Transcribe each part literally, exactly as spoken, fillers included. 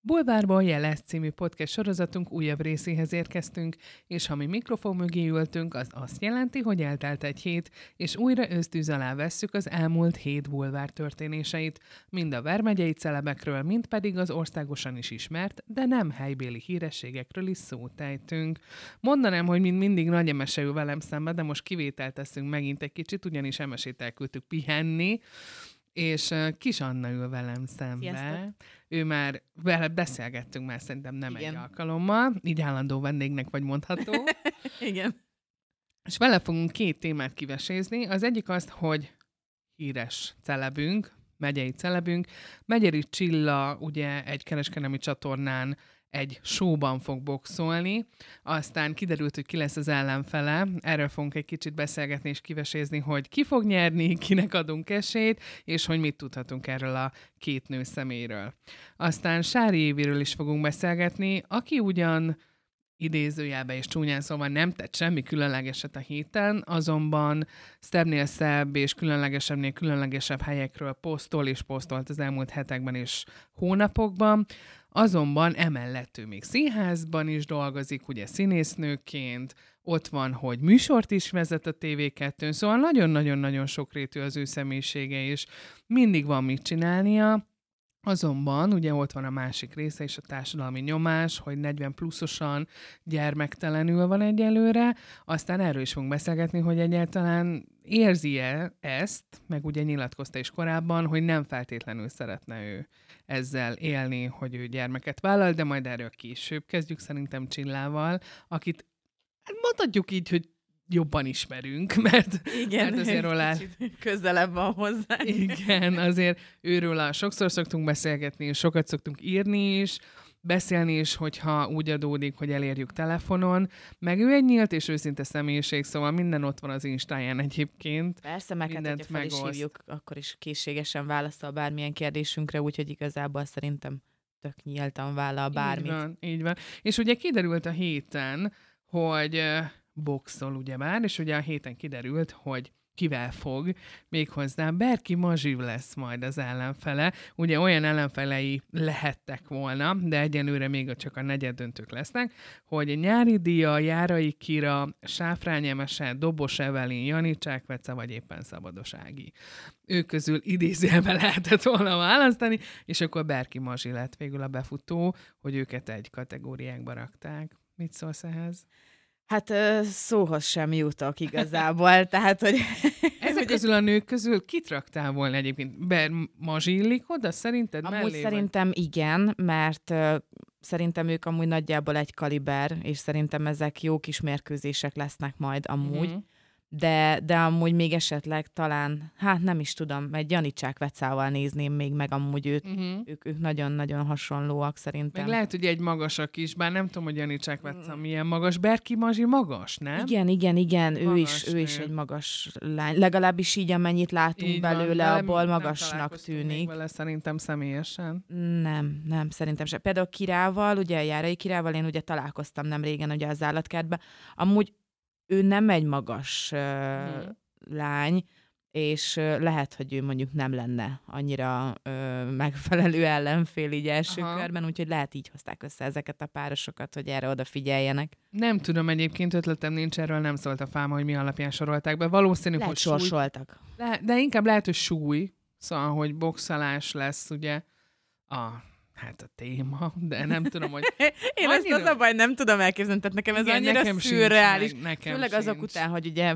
Bulvárban Jeles című podcast sorozatunk újabb részéhez érkeztünk, és ha mi mikrofon mögé ültünk, az azt jelenti, hogy eltelt egy hét, és újra ösztűz alá vesszük az elmúlt hét bulvár történéseit, mind a vármegyei celebekről, mind pedig az országosan is ismert, de nem helybéli hírességekről is szót ejtünk. Mondanám, hogy mind mindig nagy Emese ül velem szembe, de most kivételt teszünk megint egy kicsit, ugyanis Emesét elküldtük pihenni, és uh, Kis Anna ül velem szembe. Sziasztok. Ő már, vele beszélgettünk már szerintem nem Igen. egy alkalommal, így állandó vendégnek vagy mondható. Igen. És vele fogunk két témát kivesézni. Az egyik azt, hogy híres celebünk, megyei celebünk. Megyeri Csilla ugye egy kereskedelmi csatornán egy showban fog boxolni, aztán kiderült, hogy ki lesz az ellenfele. Erről fogunk egy kicsit beszélgetni és kivesézni, hogy ki fog nyerni, kinek adunk esélyt, és hogy mit tudhatunk erről a két nő személyről. Aztán Sári Éviről is fogunk beszélgetni, aki ugyan idézőjelbe és csúnyán szóval nem tett semmi különlegeset a héten, azonban szebbnél szebb és különlegesebbnél különlegesebb helyekről posztol és posztolt az elmúlt hetekben és hónapokban. Azonban emellett ő még színházban is dolgozik, ugye színésznőként, ott van, hogy műsort is vezet a té vé kettőn, szóval nagyon-nagyon-nagyon sokrétű az ő személyisége, és mindig van mit csinálnia. Azonban ugye ott van a másik része is, a társadalmi nyomás, hogy negyven pluszosan gyermektelenül van egyelőre, aztán erről is fogunk beszélgetni, hogy egyáltalán érzi-e ezt, meg ugye nyilatkozta is korábban, hogy nem feltétlenül szeretne ő ezzel élni, hogy ő gyermeket vállal, de majd erről később kezdjük szerintem Csillával, akit hát mondhatjuk így, hogy jobban ismerünk, mert, Igen, mert azért róla... közelebb van hozzá. Igen, azért őről sokszor szoktunk beszélgetni, és sokat szoktunk írni is, beszélni is, hogyha úgy adódik, hogy elérjük telefonon, meg ő egy nyílt és őszinte személyiség, szóval minden ott van az Instáján egyébként. Persze, meg hát, hogyha fel is megoszt. hívjuk, akkor is készségesen válaszol bármilyen kérdésünkre, úgyhogy igazából szerintem tök nyíltan vállal bármit. Így van, így van. És ugye kiderült a héten, hogy boxol ugyebár, és ugye a héten kiderült, hogy kivel fog, méghozzá Berki Mazsi lesz majd az ellenfele. Ugye olyan ellenfelei lehettek volna, de egyelőre még csak a negyeddöntők lesznek, hogy Nyári Dia, Járai Kira, Sáfrány Emese, Dobos Evelin, Jani Csákvece, vagy éppen Szabados Ági. Ők közül idézőjelben lehetett volna választani, és akkor Berki Mazsi lett végül a befutó, hogy őket egy kategóriákba rakták. Mit szólsz ehhez? Hát szóhoz sem jutok igazából, tehát, hogy... Ezek közül a nők közül kit raktál volna egyébként? Ber Mazsi illik oda szerinted Amúgy mellé? szerintem vagy? Igen, mert uh, szerintem ők amúgy nagyjából egy kaliber, és szerintem ezek jó kis mérkőzések lesznek majd amúgy. Mm-hmm. De, de amúgy még esetleg talán, hát nem is tudom, egy Janicsák Vecával nézném még meg amúgy őt. Uh-huh. Ők, ők nagyon-nagyon hasonlóak szerintem. Meg lehet, hogy egy magasak is, bár nem tudom, hogy Janicsák Veca milyen magas. Berki Mazsi magas, nem? Igen, igen, igen, ő magas is, ő is egy magas lány. Legalábbis így, amennyit látunk így belőle, van, abból magasnak tűnik. Vele szerintem személyesen. Nem, nem, szerintem sem. Például Kirával, ugye Járai Kirával én ugye találkoztam nem régen ugye az állatkertben. Amúgy ő nem egy magas uh, hmm. lány, és uh, lehet, hogy ő mondjuk nem lenne annyira uh, megfelelő ellenfél így első Aha. körben, úgyhogy lehet így hozták össze ezeket a párosokat, hogy erre odafigyeljenek. Nem tudom, egyébként ötletem nincs, erről nem szólt a fáma, hogy mi alapján sorolták be. Valószínű, lehet, hogy sorsoltak. Súly... Le- de inkább lehet, hogy súly, szóval, hogy boxolás lesz, ugye, a... Hát a téma, de nem tudom, hogy... Én annyira... ezt az a baj, nem tudom elképzelni, tehát nekem ez igen, annyira nekem szürreális. Sincs, nekem Főleg sincs. azok után, hogy ugye,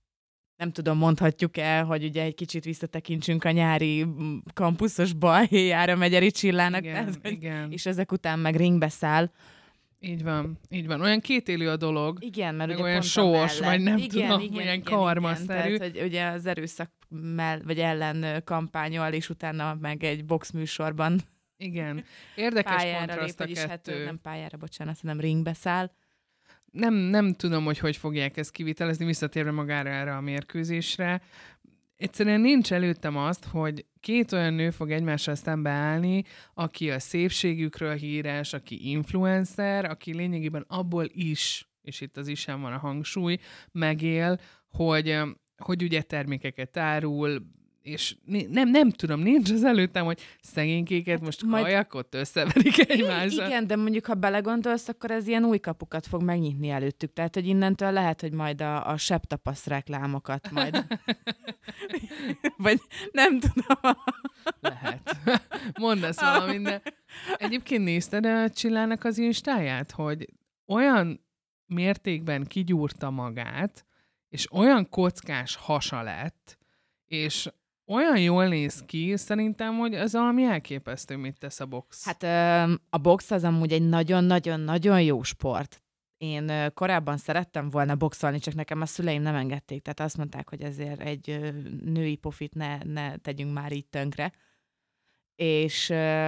nem tudom, mondhatjuk el, hogy ugye egy kicsit visszatekintsünk a nyári kampuszos balhéjára Megyeri Csillának, igen, tehát, hogy, igen. és ezek után meg ringbe száll. Így van, így van. Olyan kétélű a dolog. Igen, mert ugye olyan pont sós, vagy nem igen, tudom, igen, milyen igen, karmaszerű. Igen, tehát, hogy ugye az erőszak mell, vagy ellen kampányol, és utána meg egy boxműsorban igen. Érdekes pályára kontraszt lép, a kettő. Hát, nem pályára, bocsánat, hanem ringbe száll. Nem, nem tudom, hogy hogy fogják ezt kivitelezni, visszatérve magára erre a mérkőzésre. Egyszerűen nincs előttem azt, hogy két olyan nő fog egymással szembeállni, aki a szépségükről híres, aki influencer, aki lényegében abból is, és itt az is sem van a hangsúly, megél, hogy, hogy ugye termékeket árul, és nem, nem tudom, nincs az előttem, hogy szegénykéket hát most majd... kajakot összeverik egymással. Igen, de mondjuk, ha belegondolsz, akkor ez ilyen új kapukat fog megnyitni előttük. Tehát, hogy innentől lehet, hogy majd a, a sebtapasz reklámokat majd. Vagy nem tudom. Lehet. Mondasz valamit, de egyébként nézted a Csillának az instáját, hogy olyan mértékben kigyúrta magát, és olyan kockás hasa lett, és olyan jól néz ki, szerintem, hogy az valami elképesztő, mit tesz a box. Hát a box az amúgy egy nagyon-nagyon-nagyon jó sport. Én korábban szerettem volna boxolni, csak nekem a szüleim nem engedték. Tehát azt mondták, hogy ezért egy női pofit ne, ne tegyünk már így tönkre. És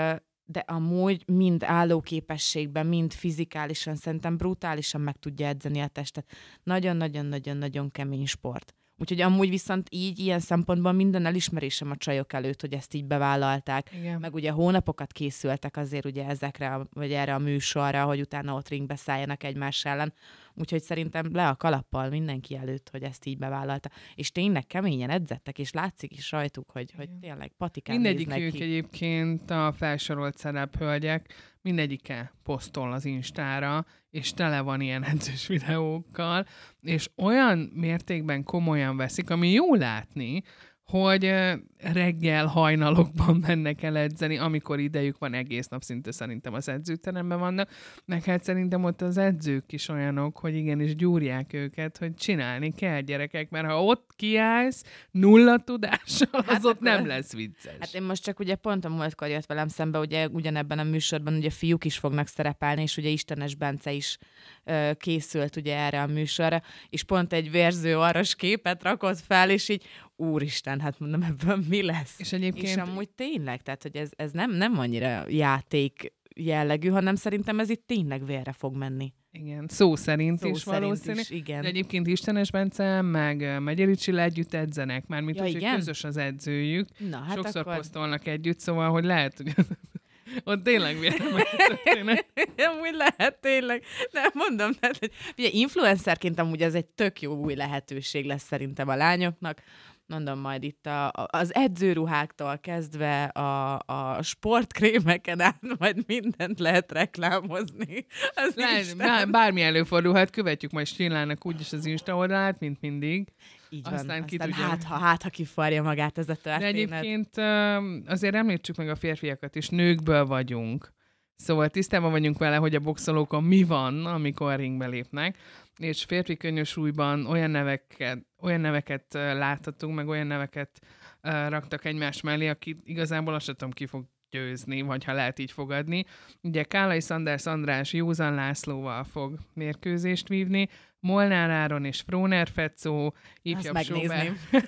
de amúgy mind állóképességben, mind fizikálisan szerintem brutálisan meg tudja edzeni a testet. Nagyon-nagyon-nagyon-nagyon kemény sport. Úgyhogy amúgy viszont így, ilyen szempontból minden elismerésem a csajok előtt, hogy ezt így bevállalták. Igen. Meg ugye hónapokat készültek azért ugye ezekre, vagy erre a műsorra, hogy utána ott ringbe szálljanak egymás ellen. Úgyhogy szerintem le a kalappal mindenki előtt, hogy ezt így bevállalta. És tényleg keményen edzettek, és látszik is rajtuk, hogy, hogy tényleg patikán mindegyik néznek ők ki. Egyébként a felsorolt szerephölgyek, mindegyike posztol az Instára, és tele van ilyen edzős videókkal, és olyan mértékben komolyan veszik, ami jó látni, hogy reggel hajnalokban mennek el edzeni, amikor idejük van, egész nap szinte szerintem az edzőteremben vannak, meg hát szerintem ott az edzők is olyanok, hogy igenis gyúrják őket, hogy csinálni kell, gyerekek, mert ha ott kiállsz nulla tudással, az hát ott nem lesz vicces. Hát én most csak ugye pont a múltkor jött velem szembe, ugye ugyanebben a műsorban ugye fiúk is fognak szerepelni, és ugye Istenes Bence is ö, készült ugye erre a műsorra, és pont egy vérző arras képet rakott fel, és így úristen, hát mondom, ebből mi lesz? És egyébként... És amúgy tényleg, tehát, hogy ez, ez nem, nem annyira játék jellegű, hanem szerintem ez itt tényleg vérre fog menni. Igen, szó szerint szó is szerint valószínű. Is, igen. De egyébként Istenes Bence, meg Megyeri Csilla együtt edzenek, mármint ja, úgy, hogy közös az edzőjük. Na, hát sokszor akkor... posztolnak együtt, szóval, hogy lehet, hogy ott tényleg vérre megtörténnek. Amúgy lehet, tényleg. Nem mondom, tehát, hogy ugye influencerként amúgy ez egy tök jó új lehetőség lesz szerintem a lányoknak. Mondom, majd itt a, a, az edzőruháktól kezdve a, a sportkrémeken át majd mindent lehet reklámozni. Az Lehet, bármi előfordulhat, követjük majd Csillának úgyis az Insta oldalát, mint mindig. Így van. Aztán, Aztán hát, ha, hát, ha kifarja magát ez a történet. De egyébként azért említsük meg a férfiakat is, nőkből vagyunk. Szóval tisztában vagyunk vele, hogy a boxolókon mi van, amikor ringbe lépnek, és férfi könnyűsúlyban olyan neveket, olyan neveket láthatunk, meg olyan neveket uh, raktak egymás mellé, akit igazából azt sem tudom, ki fog győzni, vagy ha lehet így fogadni. Ugye Kálai Sanders András Józan Lászlóval fog mérkőzést vívni, Molnár Áron és Fróner Fecó, ifjabb Sobert.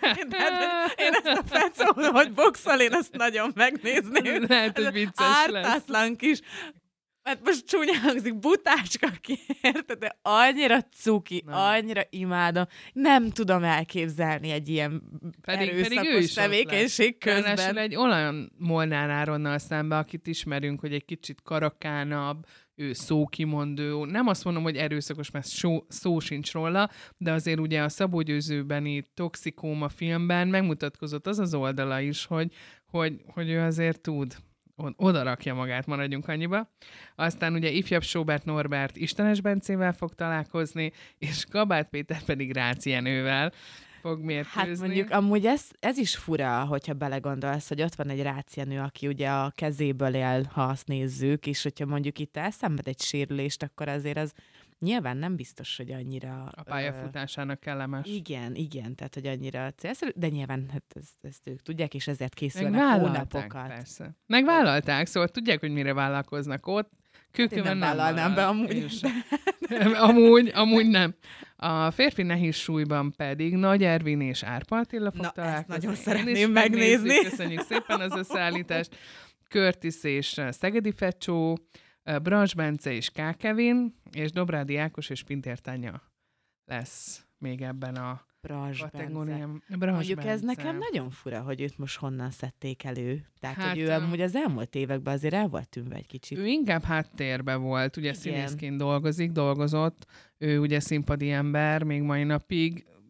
Én ezt a Fecó, hogy boxol, én azt nagyon megnézném. Lehet, hogy vicces lesz. Ártatlan kis, hát most csúnya hangzik, butácska ki, érted? De annyira cuki, nem. Annyira imádom. Nem tudom elképzelni egy ilyen pedig, erőszakos pedig tevékenység közben. Ráadásul egy olyan Molnár Áronnal szembe, akit ismerünk, hogy egy kicsit karakánabb, ő szókimondó. Nem azt mondom, hogy erőszakos, mert szó, szó sincs róla, de azért ugye a Szabó Győzőbeni Toxikóma filmben megmutatkozott az az oldala is, hogy, hogy, hogy ő azért tud. Oda rakja magát, maradjunk annyiba. Aztán ugye ifjabb Sobert Norbert Istenes Bencével fog találkozni, és Kabát Péter pedig Rácz Jenővel fog mérkőzni. Hát mondjuk amúgy ez, ez is fura, hogyha belegondolsz, hogy ott van egy Rácz Jenő, aki ugye a kezéből él, ha azt nézzük, és hogyha mondjuk itt elszenved egy sérülést, akkor azért az nyilván nem biztos, hogy annyira... A pályafutásának kellemes. Igen, igen, tehát hogy annyira célszerű, de nyilván hát ezt, ezt ők tudják, és ezért készülnek hónapokat. Persze. Megvállalták, szóval tudják, hogy mire vállalkoznak ott. Kőkőben nem, nem vállalnám be amúgy. amúgy, amúgy nem. A férfi nehéz súlyban pedig Nagy Ervin és Árpa Attila fog Na, találkozni. ezt nagyon szeretném megnézni. Köszönjük szépen az összeállítást. Curtis és Szegedi Fecsó, Brancs Bence és K. Kevin, és Dobrádi Ákos és Pintér Tanya lesz még ebben a Brancs kategóriában. Mondjuk Bence. Ez nekem nagyon fura, hogy őt most honnan szedték elő. Tehát, hát, hogy ő amúgy az elmúlt években azért el volt tűnve egy kicsit. Ő inkább háttérbe volt, ugye színészként dolgozik, dolgozott. Ő ugye színpadi ember, még mai napig.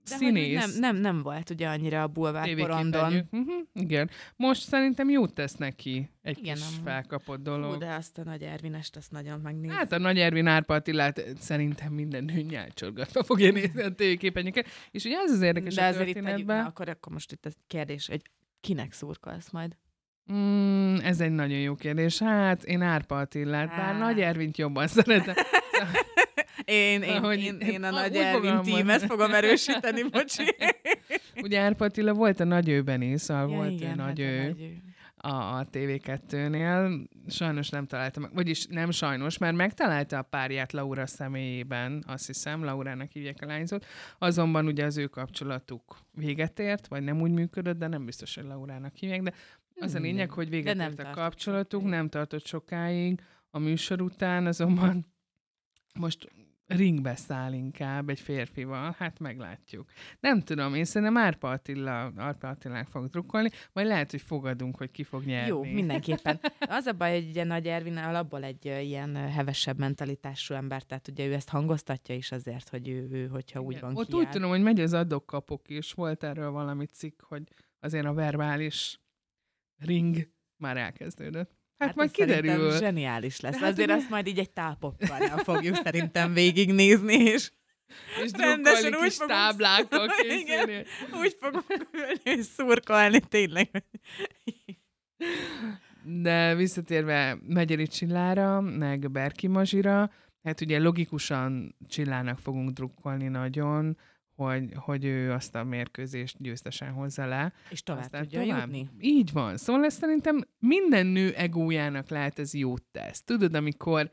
De színész. Nem, nem, nem volt ugye annyira a bulvár porondon. Uh-huh, igen. Most szerintem jót tesz neki egy Igen, kis amúgy. felkapott dolog. Hú, de azt a Nagy Ervinest, azt nagyon megnéz. Hát a Nagy Ervin Árpa Attilát szerintem minden nő nyálcsorgatva fogja nézni a tévéképernyőket. És ugye az az érdekes de a azért itt tegyük, történetben. na, akkor, akkor most itt a kérdés, hogy kinek szurkolsz majd? Mm, ez egy nagyon jó kérdés. Hát én Árpa Attilát, bár Á. Nagy Ervint jobban szeretem. Én, én, Ahogy- én, én a úgy Nagy Ervin fogalmaz. tímet fogom erősíteni, bocsi. Ugye Árpa Attila volt a Nagy Őben is, szóval Ja, volt igen, ő Nagy hát a Ő Nagy Ő. a, a té vé kettőnél. Sajnos nem találta meg, vagyis nem sajnos, mert megtalálta a párját Laura személyében, azt hiszem, Laurának hívják a lányzót, azonban ugye az ő kapcsolatuk véget ért, vagy nem úgy működött, de nem biztos, hogy Laurának hívják, de az a lényeg, hogy véget nem ért a tartott kapcsolatuk, sokáig. nem tartott sokáig, a műsor után azonban most ringbe száll inkább egy férfival, hát meglátjuk. Nem tudom, én szerintem Árpa Attila, Árpa Attilának fog drukkolni, majd lehet, hogy fogadunk, hogy ki fog nyerni. Jó, mindenképpen. Az a baj, hogy ugye Nagy Ervin alapból egy ö, ilyen ö, hevesebb mentalitású ember, tehát ugye ő ezt hangoztatja is azért, hogy ő, ő hogyha úgy Igen. van Ott kiáll. úgy tudom, hogy megy az adok-kapok is, volt erről valami cikk, hogy azért a verbális ring már elkezdődött. Hát, hát majd ez szerintem kiderül. zseniális lesz. De Hát hát azért ugye- azt majd így egy tápokkal fogjuk szerintem végignézni, és És rendesen drukkolni úgy kis fogunk- táblákkal Igen. készülni. úgy fogunk ülni, és szurkolni, tényleg. De visszatérve Megyeri Csillára, meg Berki Mazsira, hát ugye logikusan Csillának fogunk drukkolni nagyon, hogy, hogy ő azt a mérkőzést győztesen hozza le. És tovább Aztán tudja jutni. Így van. Szóval ezt szerintem minden nő egójának lehet ez jót tesz. Tudod, amikor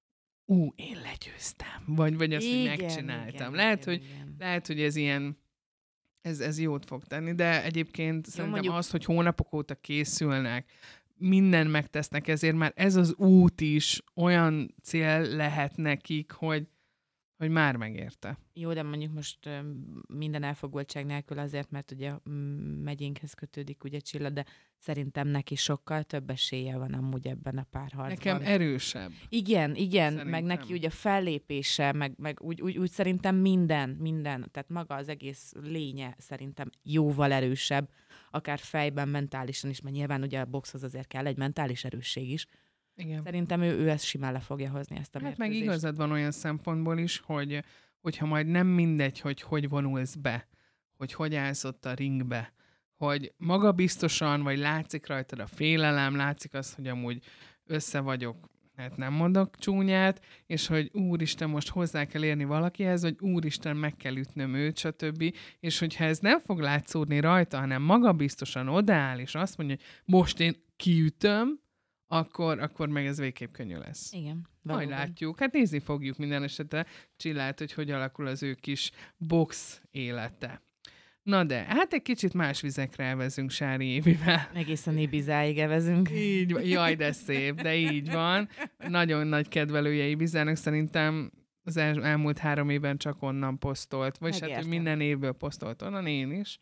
ú, én legyőztem, vagy, vagy azt, hogy Igen, megcsináltam. igen, lehet, igen, hogy, igen. lehet, hogy ez ilyen ez, ez jót fog tenni, de egyébként szerintem mondjuk- az, hogy hónapok óta készülnek, minden megtesznek, ezért már ez az út is olyan cél lehet nekik, hogy, hogy már megérte. Jó, de mondjuk most ö, minden elfogultság nélkül azért, mert ugye mm, megyénkhez kötődik ugye Csilla, de szerintem neki sokkal több esélye van amúgy ebben a párharcban. Nekem erősebb. Igen, igen, Szerintem. meg neki ugye a fellépése, meg, meg úgy, úgy, úgy szerintem minden, minden, tehát maga az egész lénye szerintem jóval erősebb, akár fejben, mentálisan is, mert nyilván ugye a boxhoz azért kell egy mentális erősség is. Igen. Szerintem ő, ő ezt simán le fogja hozni, ezt a Hát meg mérkőzést. igazad van olyan szempontból is, hogy hogyha majd nem mindegy, hogy hogy vonulsz be, hogy hogy állsz ott a ringbe, hogy magabiztosan, vagy látszik rajtad a félelem, látszik az, hogy amúgy össze vagyok, hát nem mondok csúnyát, és hogy úristen, most hozzá kell érni valakihez, hogy úristen, meg kell ütnöm őt, stb. És hogyha ez nem fog látszódni rajta, hanem magabiztosan odaáll, és azt mondja, hogy most én kiütöm, akkor, akkor meg ez végképp könnyű lesz. Igen, Majd valóban. látjuk. Hát nézni fogjuk minden esetre Csillát, hogy hogy alakul az ő kis box élete. Na de, hát egy kicsit más vizekre elvezünk Sári Évivel. Egészen Ibizáig evezünk. Így van. Jaj, de szép, de így van. Nagyon nagy kedvelője Ibizának, szerintem az el, elmúlt három évben csak onnan posztolt. Vagy hát ő Megértem. minden évből posztolt onnan, én is.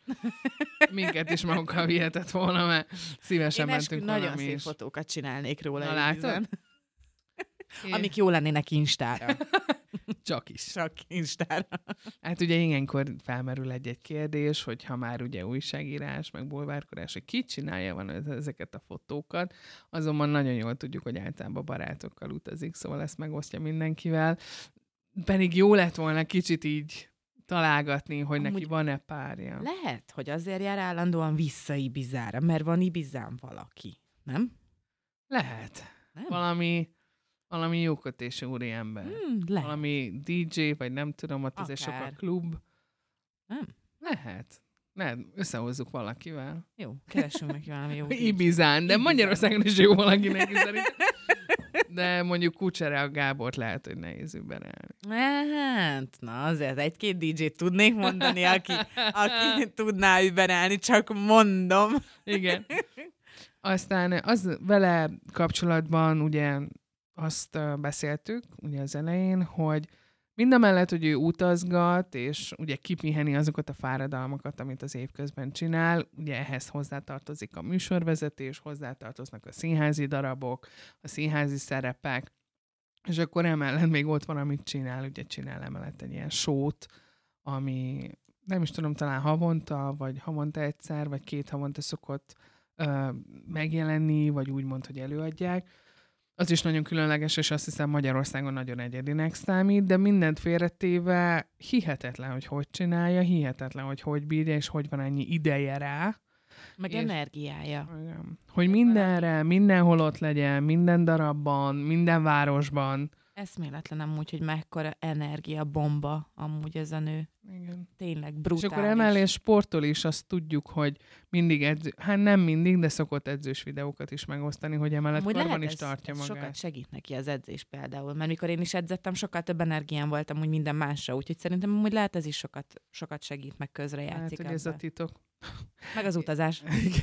Minket is magukkal vihetett volna, mert szívesen Én eskü, mentünk volna nagyon mi szép is. fotókat csinálnék róla. Na, Ibizán. látod? Amik jó lennének Instára. Csak is. Csak Instára. Hát ugye ilyenkor felmerül egy-egy kérdés, hogy ha már ugye újságírás, meg bulvárkodás, hogy ki csinálja van ezeket a fotókat, azonban nagyon jól tudjuk, hogy általában barátokkal utazik, szóval ezt megosztja mindenkivel. Pedig jó lett volna kicsit így találgatni, hogy Amúgy neki van-e párja. Lehet, hogy azért jár állandóan vissza Ibizára, mert van Ibizán valaki. Nem? Lehet. Nem? Valami, valami jókötésű úri ember. Hmm, lehet. Valami dé dzsé, vagy nem tudom, ott azért sok a Akár. klub. Nem? Lehet. Lehet, összehozzuk valakivel. Jó, keresünk neki valami jó. Ibizán, de Ibizán. Magyarországon is jó valaki neki szerintem. De mondjuk Kucsere a Gábort lehet, hogy nehéz überelni. Hát, na azért egy-két dé dzsét tudnék mondani, aki, aki tudná überelni, csak mondom. Igen. Aztán az vele kapcsolatban ugye azt uh, beszéltük ugye az elején, hogy mindamellett, hogy ő utazgat, és ugye kipiheni azokat a fáradalmakat, amit az évközben csinál, ugye ehhez hozzátartozik a műsorvezetés, hozzátartoznak a színházi darabok, a színházi szerepek, és akkor emellett még ott van, amit csinál, ugye csinál emellett egy ilyen sót, ami nem is tudom, talán havonta, vagy havonta egyszer, vagy két havonta szokott ö, megjelenni, vagy úgy mond, hogy előadják. Az is nagyon különleges, és azt hiszem Magyarországon nagyon egyedinek számít, de mindent félretéve hihetetlen, hogy hogy csinálja, hihetetlen, hogy hogy bírja, és hogy van ennyi ideje rá. Meg és, energiája. Igen, hogy mindenre, mindenhol ott legyen, minden darabban, minden városban. Eszméletlen amúgy, hogy mekkora energiabomba amúgy ez a nő. Igen. Tényleg brutális. És akkor emellé sportol is, azt tudjuk, hogy mindig edző, hát nem mindig, de szokott edzős videókat is megosztani, hogy emellett amúgy karban lehet, is tartja ez, ez magát. sokat segít neki az edzés például, mert mikor én is edzettem, sokkal több energiám voltam úgy minden másra, úgyhogy szerintem amúgy lehet ez is sokat, sokat segít, meg közrejátszik. Hát, hogy ez a titok. Meg az utazás.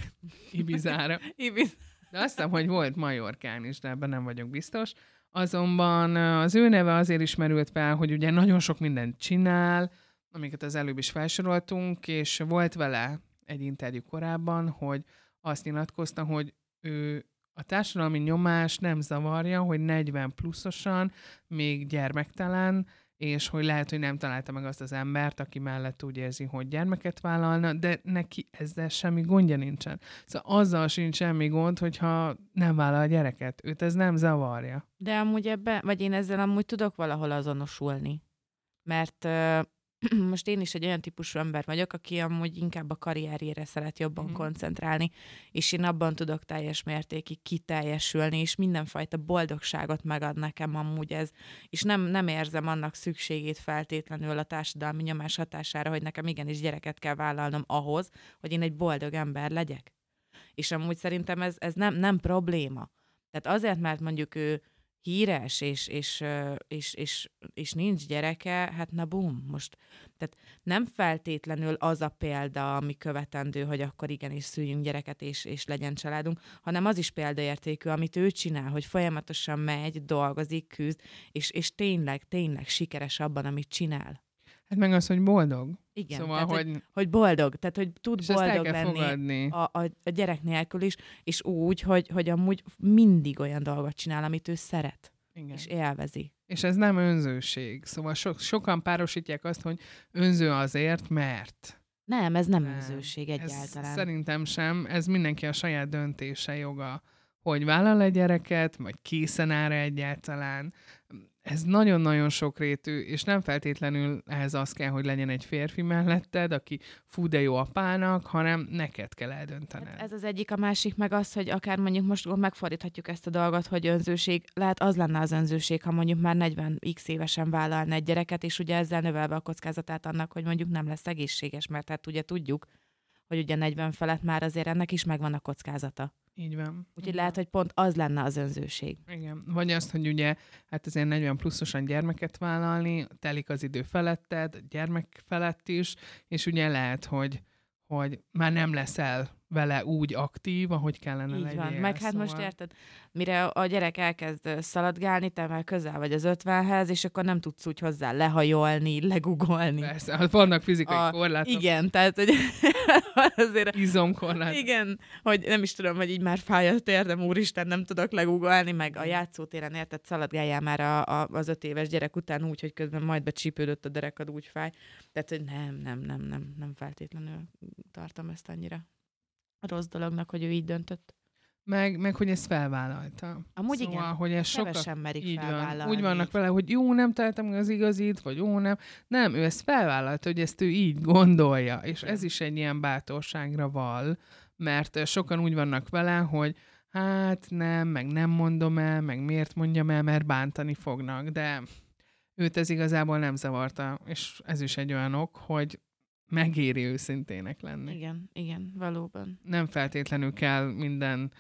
Ibizára. Ibiz. De azt hiszem, hogy volt Majorkán is, de ebben nem vagyok biztos. Azonban az ő neve azért ismerült fel, hogy ugye nagyon sok mindent csinál, amiket az előbb is felsoroltunk, és volt vele egy interjú korábban, hogy azt nyilatkozta, hogy ő a társadalmi nyomás nem zavarja, hogy negyven pluszosan, még gyermektelen, és hogy lehet, hogy nem találta meg azt az embert, aki mellett úgy érzi, hogy gyermeket vállalna, de neki ezzel semmi gondja nincsen. Szóval azzal sincs semmi gond, hogyha nem vállal a gyereket. Őt ez nem zavarja. De amúgy ebben, vagy én ezzel amúgy tudok valahol azonosulni. Mert uh, most én is egy olyan típusú ember vagyok, aki amúgy inkább a karrierjére szeret jobban mm. koncentrálni, és én abban tudok teljes mértékig kiteljesülni, és mindenfajta boldogságot megad nekem amúgy ez. És nem, nem érzem annak szükségét feltétlenül a társadalmi nyomás hatására, hogy nekem igenis gyereket kell vállalnom ahhoz, hogy én egy boldog ember legyek. És amúgy szerintem ez, ez nem, nem probléma. Tehát azért, mert mondjuk ő híres, és, és, és, és, és nincs gyereke, hát na bum, most. Tehát nem feltétlenül az a példa, ami követendő, hogy akkor igenis szüljünk gyereket, és, és legyen családunk, hanem az is példaértékű, amit ő csinál, hogy folyamatosan megy, dolgozik, küzd, és, és tényleg, tényleg sikeres abban, amit csinál. Hát meg az, hogy boldog. Igen, szóval, tehát, hogy... hogy, hogy boldog, tehát hogy tud boldog lenni a, a, a gyerek nélkül is, és úgy, hogy, hogy amúgy mindig olyan dolgot csinál, amit ő szeret. Igen. És élvezi. És ez nem önzőség. Szóval so- sokan párosítják azt, hogy önző azért, mert... Nem, ez nem, nem. önzőség egyáltalán. Ez szerintem sem. Ez mindenki a saját döntése joga, hogy vállal egy gyereket, vagy készen áll egyáltalán. Ez nagyon-nagyon sokrétű, és nem feltétlenül ehhez az kell, hogy legyen egy férfi melletted, aki fú de jó apának, hanem neked kell eldöntened. Hát ez az egyik, a másik meg az, hogy akár mondjuk most megfordíthatjuk ezt a dolgot, hogy önzőség, lehet az lenne az önzőség, ha mondjuk már negyven x évesen vállalna egy gyereket, és ugye ezzel növelve a kockázatát annak, hogy mondjuk nem lesz egészséges, mert hát ugye tudjuk, hogy ugye negyven felett már azért ennek is megvan a kockázata. Így van. Úgyhogy Igen. lehet, hogy pont az lenne az önzőség. Igen. Vagy azt, hogy ugye, hát azért negyven pluszosan gyermeket vállalni, telik az idő feletted, gyermek felett is, és ugye lehet, hogy, hogy már nem leszel vele úgy aktív, ahogy kellene így legyél. Van. Meg hát szóval... most érted, mire a gyerek elkezd szaladgálni, te már közel vagy az ötvenhez, és akkor nem tudsz úgy hozzá lehajolni, legugolni. Persze, vannak fizikai a... korlátok. Igen, tehát hogy azért... Izomkorlát. Igen, hogy nem is tudom, hogy így már fáj a térdem, úristen, nem tudok legugolni, meg a játszótéren érted, szaladgáljál már a, a, az öt éves gyerek után úgy, hogy közben majd becsípődött a derekad, úgy fáj. Tehát, hogy nem, nem, nem, nem, nem feltétlenül tartom ezt annyira rossz dolognak, hogy ő így döntött. Meg, meg hogy ezt felvállalta. Amúgy szóval, igen, hogy ez kevesen sokat... merik így felvállalni. Van. Úgy vannak vele, hogy jó, nem találtam meg az igazit, vagy jó, nem. Nem, ő ezt felvállalta, hogy ezt ő így gondolja, és ez is egy ilyen bátorságra val, mert sokan úgy vannak vele, hogy hát nem, meg nem mondom el, meg miért mondjam el, mert bántani fognak, de őt ez igazából nem zavarta, és ez is egy olyan ok, hogy megéri őszintének lenni. Igen, igen, valóban. Nem feltétlenül kell minden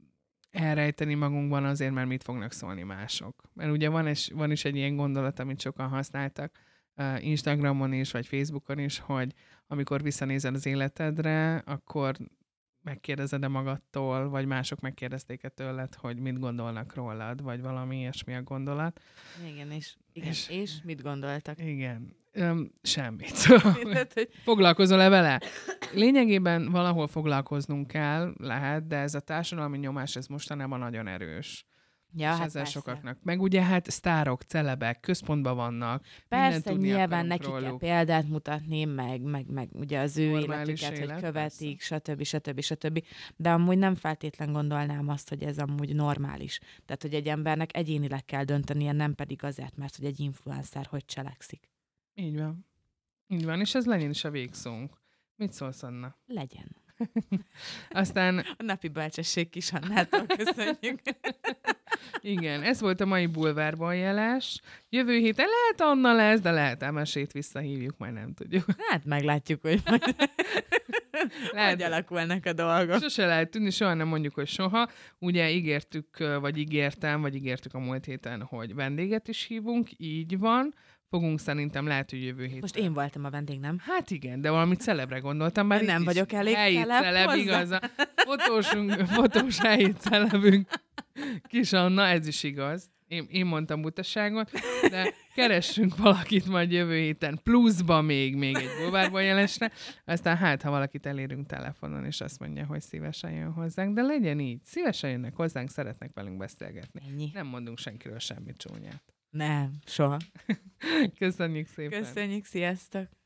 elrejteni magunkban azért, mert mit fognak szólni mások. Mert ugye van is, van is egy ilyen gondolat, amit sokan használtak uh, Instagramon is, vagy Facebookon is, hogy amikor visszanézel az életedre, akkor megkérdezed-e magadtól, vagy mások megkérdezték-e tőled, hogy mit gondolnak rólad, vagy valami ilyesmi a gondolat. Igen, és, igen, és, és mit gondoltak? Igen, um, semmit. Foglalkozol-e vele? Lényegében valahol foglalkoznunk kell, lehet, de ez a társadalmi nyomás, ez mostanában nagyon erős. Ja, és hát ezzel persze. sokaknak. Meg ugye hát sztárok, celebek, központban vannak. Persze, nyilván akarunk neki kell róluk. példát mutatni, meg, meg, meg ugye az ő Normális életüket, élet, hogy követik, stb. stb. stb. De amúgy nem feltétlen gondolnám azt, hogy ez amúgy normális. Tehát, hogy egy embernek egyénileg kell döntenie, nem pedig azért, mert hogy egy influencer hogy cselekszik. Így van. Így van, és ez legyen is a végszónk. Mit szólsz, Anna? Legyen. Aztán A napi bölcsesség kis Annától köszönjük. igen, ez volt a mai bulvárban jelás. Jövő héten lehet Anna lesz, de lehet Emesét visszahívjuk, majd nem tudjuk. Hát meglátjuk, hogy majd Lehet. hogy alakulnak a dolgok. Sose lehet tudni, soha nem mondjuk, hogy soha. Ugye ígértük, vagy ígértem, vagy ígértük a múlt héten, hogy vendéget is hívunk, így van. Fogunk szerintem, lehet, hogy jövő héten. Most én voltam a vendég, nem? Hát igen, de valamit celebre gondoltam. Bár Én nem itt is vagyok elég helyi celeb celeb, hozzá. igaz? A Fotósunk, fotós helyi celebünk. Kis Anna, ez is igaz. Én, én mondtam butaságot, de keressünk valakit majd jövő héten. Pluszba még, még egy bulvárban jelesre. Aztán hát, ha valakit elérünk telefonon, és azt mondja, hogy szívesen jön hozzánk, de legyen így. Szívesen jönnek hozzánk, szeretnek velünk beszélgetni. Ennyi. Nem mondunk senkiről semmit csúnyát. Nem, soha. Köszönjük szépen! Köszönjük, sziasztok!